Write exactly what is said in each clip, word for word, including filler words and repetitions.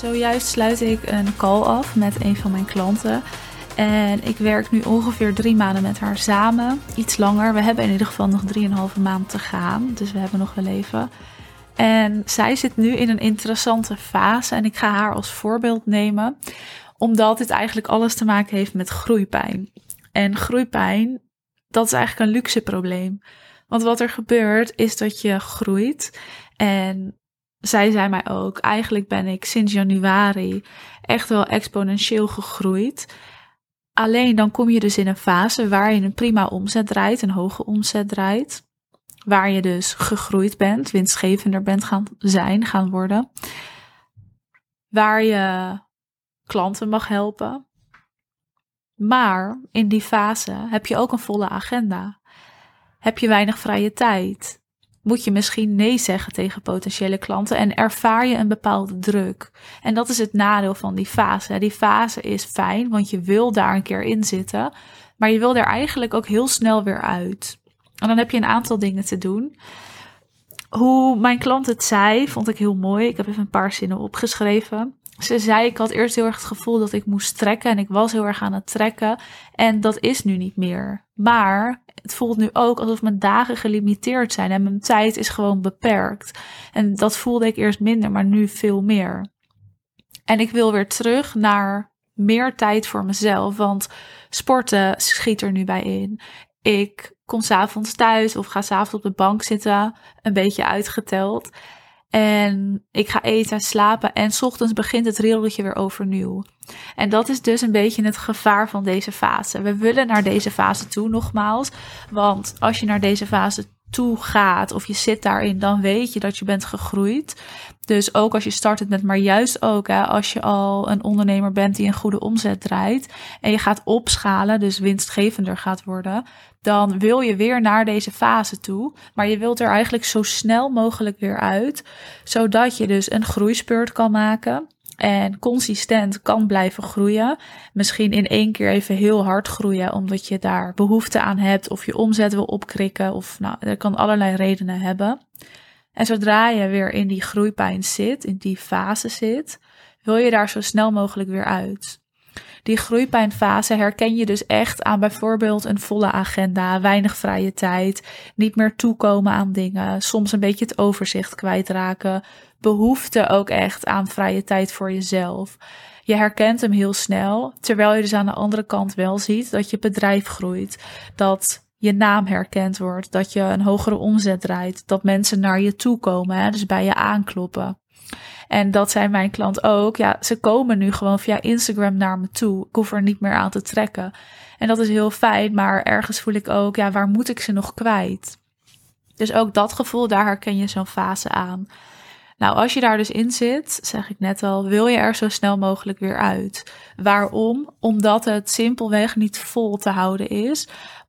Zojuist sluit ik een call af met een van mijn klanten. En ik werk nu ongeveer drie maanden met haar samen. Iets langer. We hebben in ieder geval nog drieënhalve maand te gaan. Dus we hebben nog wel even. En zij zit nu in een interessante fase. En ik ga haar als voorbeeld nemen. Omdat dit eigenlijk alles te maken heeft met groeipijn. En groeipijn, dat is eigenlijk een luxe probleem. Want wat er gebeurt is dat je groeit. En zij zei mij ook, eigenlijk ben ik sinds januari echt wel exponentieel gegroeid. Alleen dan kom je dus in een fase waar je een prima omzet draait, een hoge omzet draait. Waar je dus gegroeid bent, winstgevender bent gaan zijn, gaan worden. Waar je klanten mag helpen. Maar in die fase heb je ook een volle agenda. Heb je weinig vrije tijd. Moet je misschien nee zeggen tegen potentiële klanten en ervaar je een bepaalde druk. En dat is het nadeel van die fase. Die fase is fijn, want je wil daar een keer in zitten. Maar je wil er eigenlijk ook heel snel weer uit. En dan heb je een aantal dingen te doen. Hoe mijn klant het zei, vond ik heel mooi. Ik heb even een paar zinnen opgeschreven. Ze zei, ik had eerst heel erg het gevoel dat ik moest trekken. En ik was heel erg aan het trekken. En dat is nu niet meer. Maar het voelt nu ook alsof mijn dagen gelimiteerd zijn. En mijn tijd is gewoon beperkt. En dat voelde ik eerst minder, maar nu veel meer. En ik wil weer terug naar meer tijd voor mezelf. Want sporten schiet er nu bij in. Ik kom 's avonds thuis of ga 's avonds op de bank zitten. Een beetje uitgeteld. En ik ga eten en slapen en 's ochtends begint het riedeltje weer overnieuw. En dat is dus een beetje het gevaar van deze fase. We willen naar deze fase toe nogmaals. Want als je naar deze fase toe gaat of je zit daarin, dan weet je dat je bent gegroeid. Dus ook als je startet met, maar juist ook hè, als je al een ondernemer bent die een goede omzet draait en je gaat opschalen, dus winstgevender gaat worden, dan wil je weer naar deze fase toe. Maar je wilt er eigenlijk zo snel mogelijk weer uit, zodat je dus een groeispurt kan maken en consistent kan blijven groeien. Misschien in één keer even heel hard groeien, omdat je daar behoefte aan hebt of je omzet wil opkrikken of nou, dat kan allerlei redenen hebben. En zodra je weer in die groeipijn zit, in die fase zit, wil je daar zo snel mogelijk weer uit. Die groeipijnfase herken je dus echt aan bijvoorbeeld een volle agenda, weinig vrije tijd, niet meer toekomen aan dingen, soms een beetje het overzicht kwijtraken, behoefte ook echt aan vrije tijd voor jezelf. Je herkent hem heel snel, terwijl je dus aan de andere kant wel ziet dat je bedrijf groeit, dat je naam herkend wordt, dat je een hogere omzet draait, dat mensen naar je toe komen, hè, dus bij je aankloppen. En dat zei mijn klant ook. Ja, ze komen nu gewoon via Instagram naar me toe. Ik hoef er niet meer aan te trekken. En dat is heel fijn, maar ergens voel ik ook, ja, waar moet ik ze nog kwijt? Dus ook dat gevoel, daar herken je zo'n fase aan. Nou, als je daar dus in zit, zeg ik net al, wil je er zo snel mogelijk weer uit. Waarom? Omdat het simpelweg niet vol te houden is.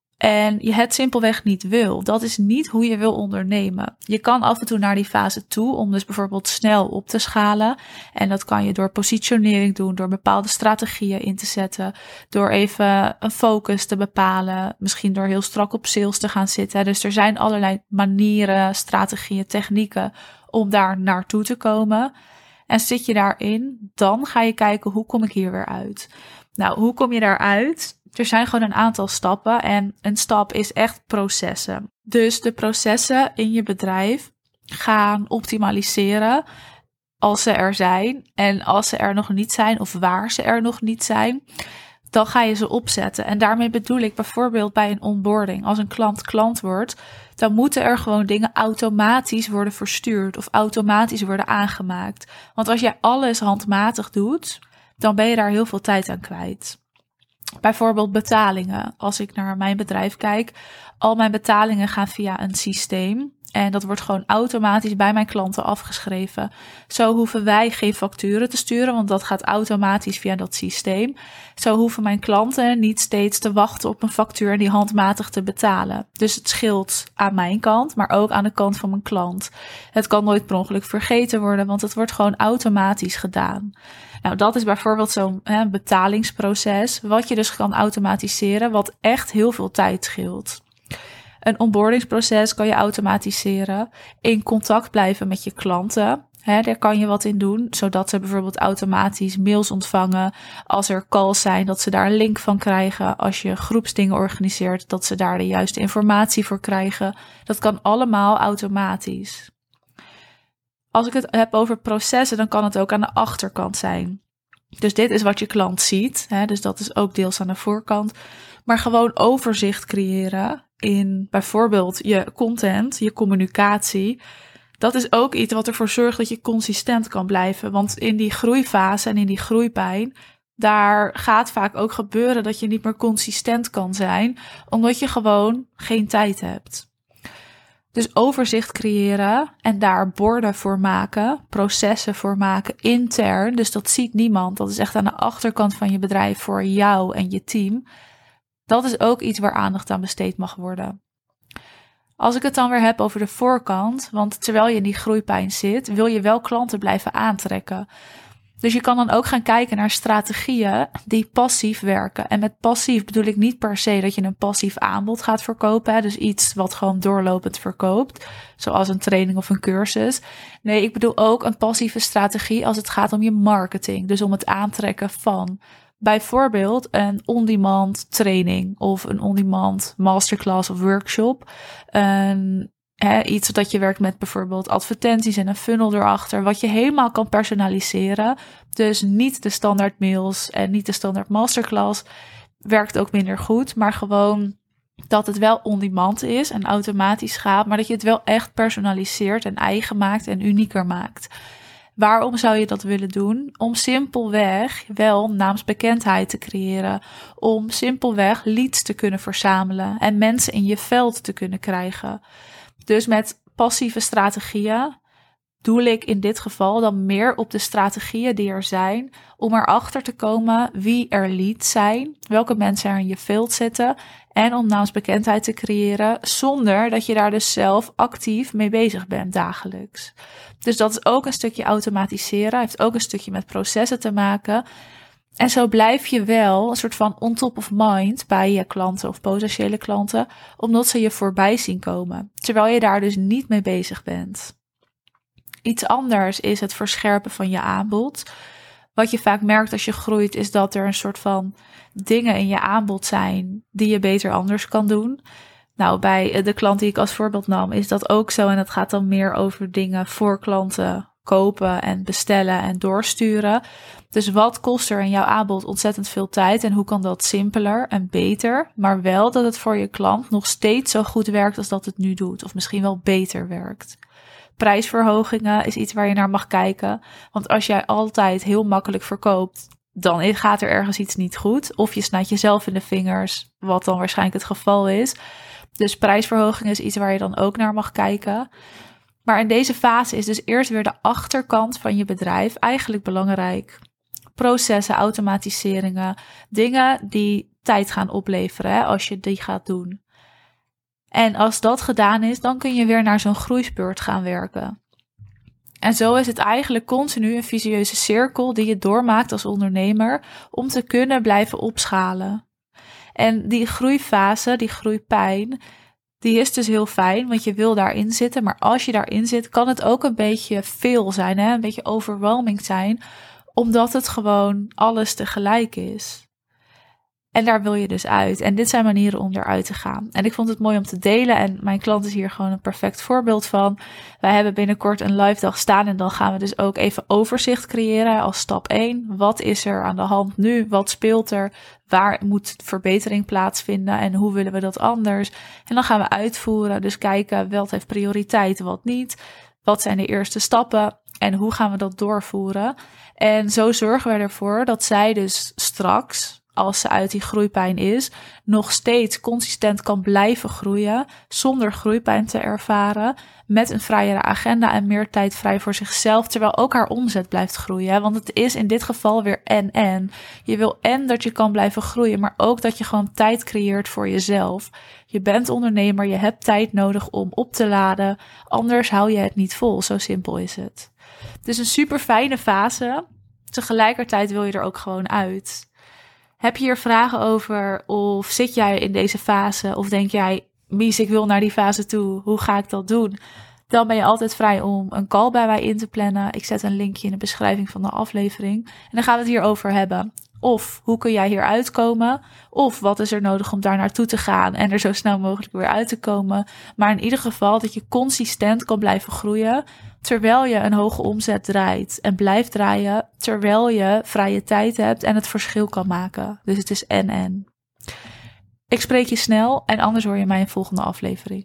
En je het simpelweg niet wil. Dat is niet hoe je wil ondernemen. Je kan af en toe naar die fase toe om dus bijvoorbeeld snel op te schalen. En dat kan je door positionering doen, door bepaalde strategieën in te zetten. Door even een focus te bepalen. Misschien door heel strak op sales te gaan zitten. Dus er zijn allerlei manieren, strategieën, technieken om daar naartoe te komen. En zit je daarin, dan ga je kijken, hoe kom ik hier weer uit? Nou, hoe kom je daaruit? Er zijn gewoon een aantal stappen en een stap is echt processen. Dus de processen in je bedrijf gaan optimaliseren als ze er zijn. En als ze er nog niet zijn of waar ze er nog niet zijn, dan ga je ze opzetten. En daarmee bedoel ik bijvoorbeeld bij een onboarding. Als een klant klant wordt, dan moeten er gewoon dingen automatisch worden verstuurd of automatisch worden aangemaakt. Want als jij alles handmatig doet, dan ben je daar heel veel tijd aan kwijt. Bijvoorbeeld betalingen. Als ik naar mijn bedrijf kijk, al mijn betalingen gaan via een systeem. En dat wordt gewoon automatisch bij mijn klanten afgeschreven. Zo hoeven wij geen facturen te sturen, want dat gaat automatisch via dat systeem. Zo hoeven mijn klanten niet steeds te wachten op een factuur en die handmatig te betalen. Dus het scheelt aan mijn kant, maar ook aan de kant van mijn klant. Het kan nooit per ongeluk vergeten worden, want het wordt gewoon automatisch gedaan. Nou, dat is bijvoorbeeld zo'n hè, betalingsproces, wat je dus kan automatiseren, wat echt heel veel tijd scheelt. Een onboardingsproces kan je automatiseren. In contact blijven met je klanten. Hè, daar kan je wat in doen, zodat ze bijvoorbeeld automatisch mails ontvangen als er calls zijn, dat ze daar een link van krijgen. Als je groepsdingen organiseert, dat ze daar de juiste informatie voor krijgen. Dat kan allemaal automatisch. Als ik het heb over processen, dan kan het ook aan de achterkant zijn. Dus dit is wat je klant ziet, hè, dus dat is ook deels aan de voorkant. Maar gewoon overzicht creëren in bijvoorbeeld je content, je communicatie. Dat is ook iets wat ervoor zorgt dat je consistent kan blijven. Want in die groeifase en in die groeipijn, daar gaat vaak ook gebeuren dat je niet meer consistent kan zijn, omdat je gewoon geen tijd hebt. Dus overzicht creëren en daar borden voor maken, processen voor maken, intern. Dus dat ziet niemand. Dat is echt aan de achterkant van je bedrijf voor jou en je team. Dat is ook iets waar aandacht aan besteed mag worden. Als ik het dan weer heb over de voorkant, want terwijl je in die groeipijn zit, wil je wel klanten blijven aantrekken. Dus je kan dan ook gaan kijken naar strategieën die passief werken. En met passief bedoel ik niet per se dat je een passief aanbod gaat verkopen. Hè? Dus iets wat gewoon doorlopend verkoopt, zoals een training of een cursus. Nee, ik bedoel ook een passieve strategie als het gaat om je marketing. Dus om het aantrekken van bijvoorbeeld een on-demand training of een on-demand masterclass of workshop. Een He, iets dat je werkt met bijvoorbeeld advertenties en een funnel erachter, wat je helemaal kan personaliseren. Dus niet de standaard mails en niet de standaard masterclass werkt ook minder goed, maar gewoon dat het wel on-demand is en automatisch gaat, maar dat je het wel echt personaliseert en eigen maakt en unieker maakt. Waarom zou je dat willen doen? Om simpelweg wel naamsbekendheid te creëren. Om simpelweg leads te kunnen verzamelen en mensen in je veld te kunnen krijgen. Dus met passieve strategieën doel ik in dit geval dan meer op de strategieën die er zijn, om erachter te komen wie er leads zijn, welke mensen er in je veld zitten en om naamsbekendheid te creëren zonder dat je daar dus zelf actief mee bezig bent dagelijks. Dus dat is ook een stukje automatiseren, heeft ook een stukje met processen te maken. En zo blijf je wel een soort van on top of mind bij je klanten of potentiële klanten, omdat ze je voorbij zien komen, terwijl je daar dus niet mee bezig bent. Iets anders is het verscherpen van je aanbod. Wat je vaak merkt als je groeit is dat er een soort van dingen in je aanbod zijn die je beter anders kan doen. Nou, bij de klant die ik als voorbeeld nam is dat ook zo en dat gaat dan meer over dingen voor klanten kopen en bestellen en doorsturen. Dus wat kost er in jouw aanbod ontzettend veel tijd en hoe kan dat simpeler en beter, maar wel dat het voor je klant nog steeds zo goed werkt als dat het nu doet of misschien wel beter werkt. Prijsverhogingen is iets waar je naar mag kijken, want als jij altijd heel makkelijk verkoopt, dan gaat er ergens iets niet goed of je snijdt jezelf in de vingers, wat dan waarschijnlijk het geval is. Dus prijsverhoging is iets waar je dan ook naar mag kijken. Maar in deze fase is dus eerst weer de achterkant van je bedrijf eigenlijk belangrijk. Processen, automatiseringen, dingen die tijd gaan opleveren hè, als je die gaat doen. En als dat gedaan is, dan kun je weer naar zo'n groeispurt gaan werken. En zo is het eigenlijk continu een vicieuze cirkel die je doormaakt als ondernemer om te kunnen blijven opschalen. En die groeifase, die groeipijn, die is dus heel fijn, want je wil daarin zitten. Maar als je daarin zit, kan het ook een beetje veel zijn, hè? Een beetje overwhelming zijn, omdat het gewoon alles tegelijk is. En daar wil je dus uit. En dit zijn manieren om eruit te gaan. En ik vond het mooi om te delen. En mijn klant is hier gewoon een perfect voorbeeld van. Wij hebben binnenkort een live dag staan. En dan gaan we dus ook even overzicht creëren als stap één. Wat is er aan de hand nu? Wat speelt er? Waar moet verbetering plaatsvinden? En hoe willen we dat anders? En dan gaan we uitvoeren. Dus kijken wat heeft prioriteit, wat niet. Wat zijn de eerste stappen? En hoe gaan we dat doorvoeren? En zo zorgen we ervoor dat zij dus straks, als ze uit die groeipijn is, nog steeds consistent kan blijven groeien, zonder groeipijn te ervaren, met een vrijere agenda en meer tijd vrij voor zichzelf, terwijl ook haar omzet blijft groeien. Want het is in dit geval weer en-en. Je wil en dat je kan blijven groeien, maar ook dat je gewoon tijd creëert voor jezelf. Je bent ondernemer, je hebt tijd nodig om op te laden, anders hou je het niet vol, zo simpel is het. Dus een super fijne fase, tegelijkertijd wil je er ook gewoon uit. Heb je hier vragen over of zit jij in deze fase of denk jij, Mies, ik wil naar die fase toe, hoe ga ik dat doen? dan ben je altijd vrij om een call bij mij in te plannen. Ik zet een linkje in de beschrijving van de aflevering. En dan gaan we het hierover hebben. Of hoe kun jij hier uitkomen? Of wat is er nodig om daar naartoe te gaan en er zo snel mogelijk weer uit te komen? Maar in ieder geval dat je consistent kan blijven groeien, terwijl je een hoge omzet draait en blijft draaien, terwijl je vrije tijd hebt en het verschil kan maken. Dus het is en-en. Ik spreek je snel en anders hoor je mij in de volgende aflevering.